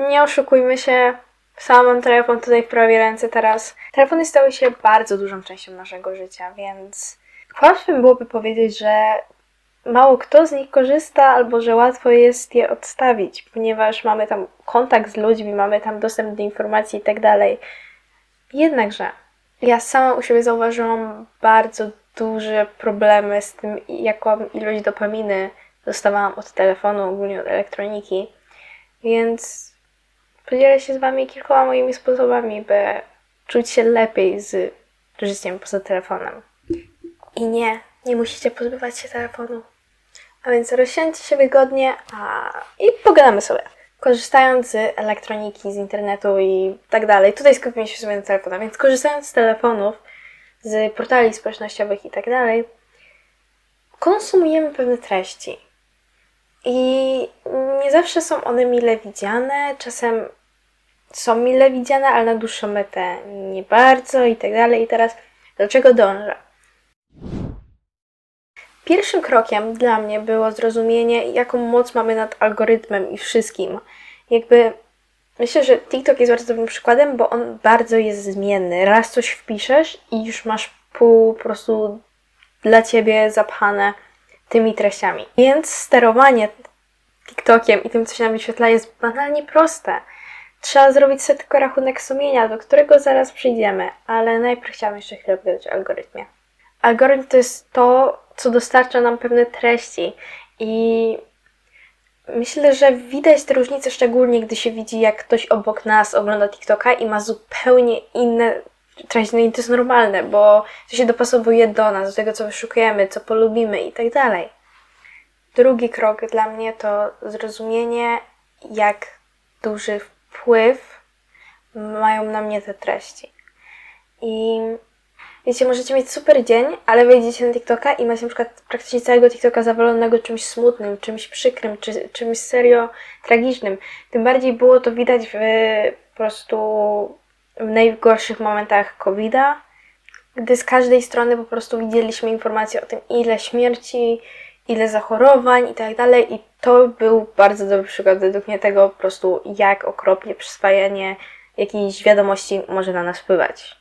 nie oszukujmy się, sama mam telefon tutaj w prawej ręce teraz. Telefony stały się bardzo dużą częścią naszego życia, więc łatwym byłoby powiedzieć, że mało kto z nich korzysta albo że łatwo jest je odstawić, ponieważ mamy tam kontakt z ludźmi, mamy tam dostęp do informacji i tak dalej. Jednakże ja sama u siebie zauważyłam bardzo duże problemy z tym, jaką ilość dopaminy dostawałam od telefonu, ogólnie od elektroniki, więc podzielę się z Wami kilkoma moimi sposobami, by czuć się lepiej z życiem poza telefonem. I nie musicie pozbywać się telefonu. A więc rozsiądźcie się wygodnie i pogadamy sobie. Korzystając z elektroniki, z internetu i tak dalej. Tutaj skupimy się sobie na telefonach, więc korzystając z telefonów, z portali społecznościowych i tak dalej, konsumujemy pewne treści. I nie zawsze są one mile widziane, czasem są mile widziane, ale na dłuższą metę nie bardzo i tak dalej. I teraz do czego dążę? Pierwszym krokiem dla mnie było zrozumienie, jaką moc mamy nad algorytmem i wszystkim. Myślę, że TikTok jest bardzo dobrym przykładem, bo on bardzo jest zmienny. Raz coś wpiszesz i już masz pół po prostu dla Ciebie zapchane tymi treściami. Więc sterowanie TikTokiem i tym, co się nam wyświetla, jest banalnie proste. Trzeba zrobić sobie tylko rachunek sumienia, do którego zaraz przyjdziemy, ale najpierw chciałam jeszcze chwilę powiedzieć o algorytmie. Algorytm to jest to, co dostarcza nam pewne treści i myślę, że widać te różnice szczególnie, gdy się widzi, jak ktoś obok nas ogląda TikToka i ma zupełnie inne treści. No i to jest normalne, bo to się dopasowuje do nas, do tego, co wyszukujemy, co polubimy i tak dalej. Drugi krok dla mnie to zrozumienie, jak duży wpływ mają na mnie te treści. I wiecie, możecie mieć super dzień, ale wejdziecie na TikToka i macie na przykład praktycznie całego TikToka zawalonego czymś smutnym, czymś przykrym, czy czymś serio tragicznym. Tym bardziej było to widać po prostu w najgorszych momentach COVID-a, gdy z każdej strony po prostu widzieliśmy informacje o tym, ile śmierci, ile zachorowań i tak dalej. I to był bardzo dobry przykład według mnie tego po prostu, jak okropnie przyswajanie jakiejś wiadomości może na nas wpływać.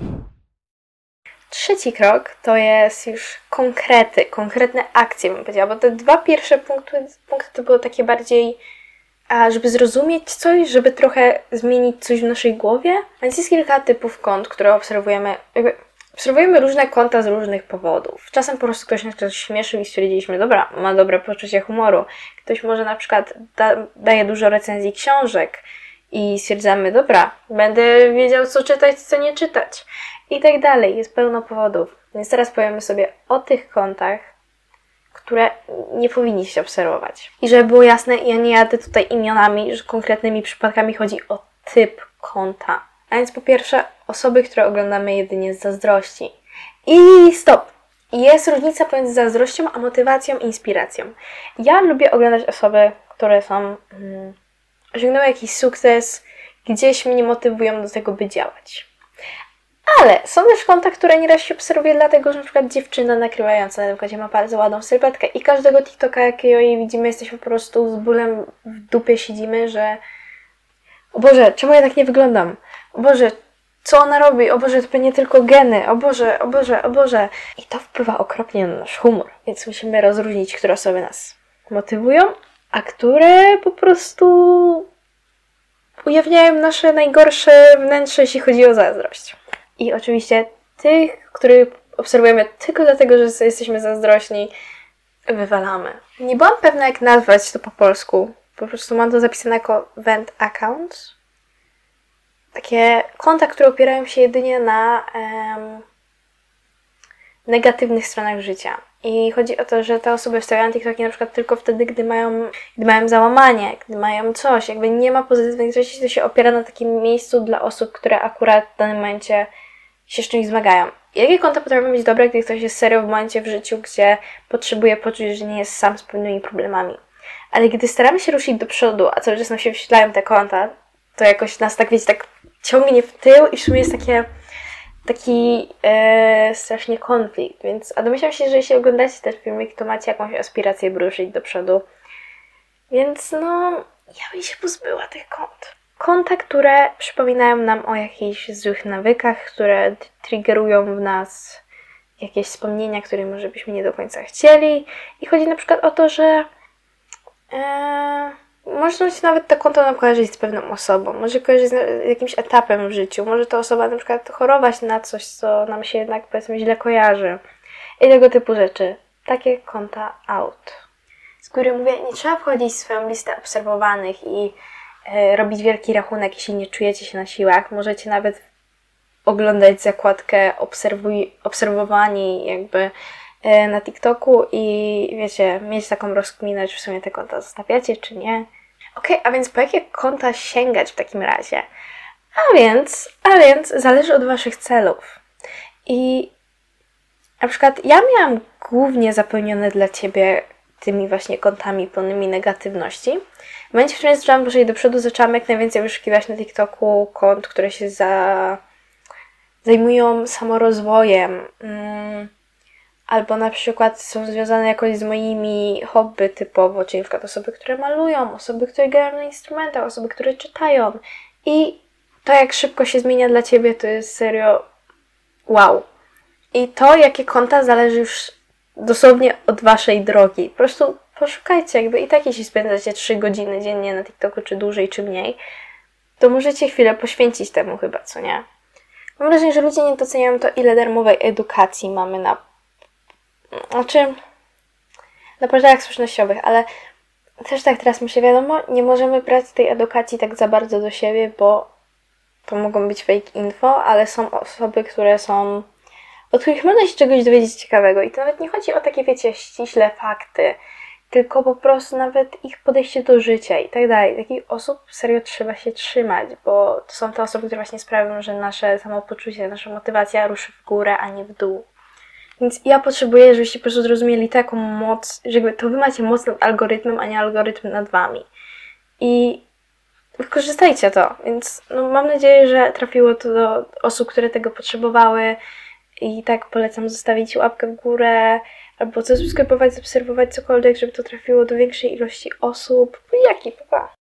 Trzeci krok to jest już konkretne akcje, bym powiedziała, bo te dwa pierwsze punkty to było takie bardziej, żeby zrozumieć coś, żeby trochę zmienić coś w naszej głowie. Więc jest kilka typów kont, które obserwujemy. Obserwujemy różne konta z różnych powodów. Czasem po prostu ktoś nas śmieszy i stwierdziliśmy, dobra, ma dobre poczucie humoru. Ktoś może na przykład daje dużo recenzji książek i stwierdzamy, dobra, będę wiedział, co czytać, co nie czytać. I tak dalej. Jest pełno powodów. Więc teraz powiemy sobie o tych kontach, które nie powinniście obserwować. I żeby było jasne, ja nie jadę tutaj imionami, że konkretnymi przypadkami chodzi o typ konta. A więc po pierwsze, osoby, które oglądamy jedynie z zazdrości. I stop! Jest różnica pomiędzy zazdrością, a motywacją i inspiracją. Ja lubię oglądać osoby, które osiągnęły jakiś sukces, gdzieś mnie motywują do tego, by działać. Ale są też konta, które nieraz się obserwuje, dlatego że na przykład dziewczyna nakrywająca na przykład ma bardzo ładną sylwetkę i każdego TikToka, jakiego jej widzimy, jesteśmy po prostu z bólem w dupie siedzimy, że o Boże, czemu ja tak nie wyglądam? O Boże, co ona robi? O Boże, to pewnie tylko geny. O Boże, o Boże, o Boże. I to wpływa okropnie na nasz humor, więc musimy rozróżnić, które osoby nas motywują, a które po prostu ujawniają nasze najgorsze wnętrze, jeśli chodzi o zazdrość. I oczywiście tych, których obserwujemy tylko dlatego, że jesteśmy zazdrośni, wywalamy. Nie byłam pewna, jak nazwać to po polsku. Po prostu mam to zapisane jako vent accounts. Takie konta, które opierają się jedynie na negatywnych stronach życia. I chodzi o to, że te osoby wstawiają TikToki na przykład tylko wtedy, gdy mają załamanie, gdy mają coś. Jakby nie ma pozytywnych treści, to się opiera na takim miejscu dla osób, które akurat w danym momencie się z czymś zmagają. Jakie konta potrafią być dobre, gdy ktoś jest serio w momencie w życiu, gdzie potrzebuje poczuć, że nie jest sam z pewnymi problemami. Ale gdy staramy się ruszyć do przodu, a cały czas nam się wyświetlają te konta, to jakoś nas tak, wiecie, tak ciągnie w tył i w sumie jest taki strasznie konflikt. Więc domyślam się, że jeśli oglądacie ten filmik, to macie jakąś aspirację, by ruszyć do przodu. Więc Ja bym się pozbyła tych kont. Konta, które przypominają nam o jakichś złych nawykach, które triggerują w nas jakieś wspomnienia, które może byśmy nie do końca chcieli. I chodzi na przykład o to, że można się nawet to konto nam kojarzyć z pewną osobą, może kojarzyć z jakimś etapem w życiu, może ta osoba na przykład chorować na coś, co nam się jednak powiedzmy źle kojarzy. I tego typu rzeczy. Takie konta out. Z góry mówię, nie trzeba wchodzić w swoją listę obserwowanych i robić wielki rachunek, jeśli nie czujecie się na siłach. Możecie nawet oglądać zakładkę obserwowani jakby na TikToku i wiecie, mieć taką rozkminę, czy w sumie te konta zostawiacie, czy nie. Okej, a więc po jakie konta sięgać w takim razie? A więc zależy od waszych celów. I na przykład ja miałam głównie zapełnione dla ciebie tymi właśnie kontami pełnymi negatywności. W momencie, w którym zaczęłam poszedć do przodu, zaczęłam jak najwięcej wyszukiwać na TikToku kont, które się zajmują samorozwojem. Albo na przykład są związane jakoś z moimi hobby typowo, czyli na przykład osoby, które malują, osoby, które grają na instrumentach, osoby, które czytają. I to, jak szybko się zmienia dla ciebie, to jest serio wow. I to, jakie konta, zależy już dosłownie od waszej drogi. Po prostu poszukajcie, jakby i tak jeśli spędzacie 3 godziny dziennie na TikToku, czy dłużej, czy mniej, to możecie chwilę poświęcić temu chyba, co nie? Mam wrażenie, że ludzie nie doceniają to, ile darmowej edukacji mamy na portalach społecznościowych, ale też tak teraz myślę, wiadomo, nie możemy brać tej edukacji tak za bardzo do siebie, bo to mogą być fake info, ale są osoby, od których można się czegoś dowiedzieć ciekawego. I to nawet nie chodzi o takie, wiecie, ściśle fakty, tylko po prostu nawet ich podejście do życia i tak dalej. Takich osób serio trzeba się trzymać, bo to są te osoby, które właśnie sprawią, że nasze samopoczucie, nasza motywacja ruszy w górę, a nie w dół. Więc ja potrzebuję, żebyście po prostu zrozumieli taką moc, że jakby to wy macie moc nad algorytmem, a nie algorytm nad wami. I wykorzystajcie to. Więc mam nadzieję, że trafiło to do osób, które tego potrzebowały. I tak polecam zostawić łapkę w górę, albo zasubskrybować, zaobserwować cokolwiek, żeby to trafiło do większej ilości osób. Buziaki, pa pa!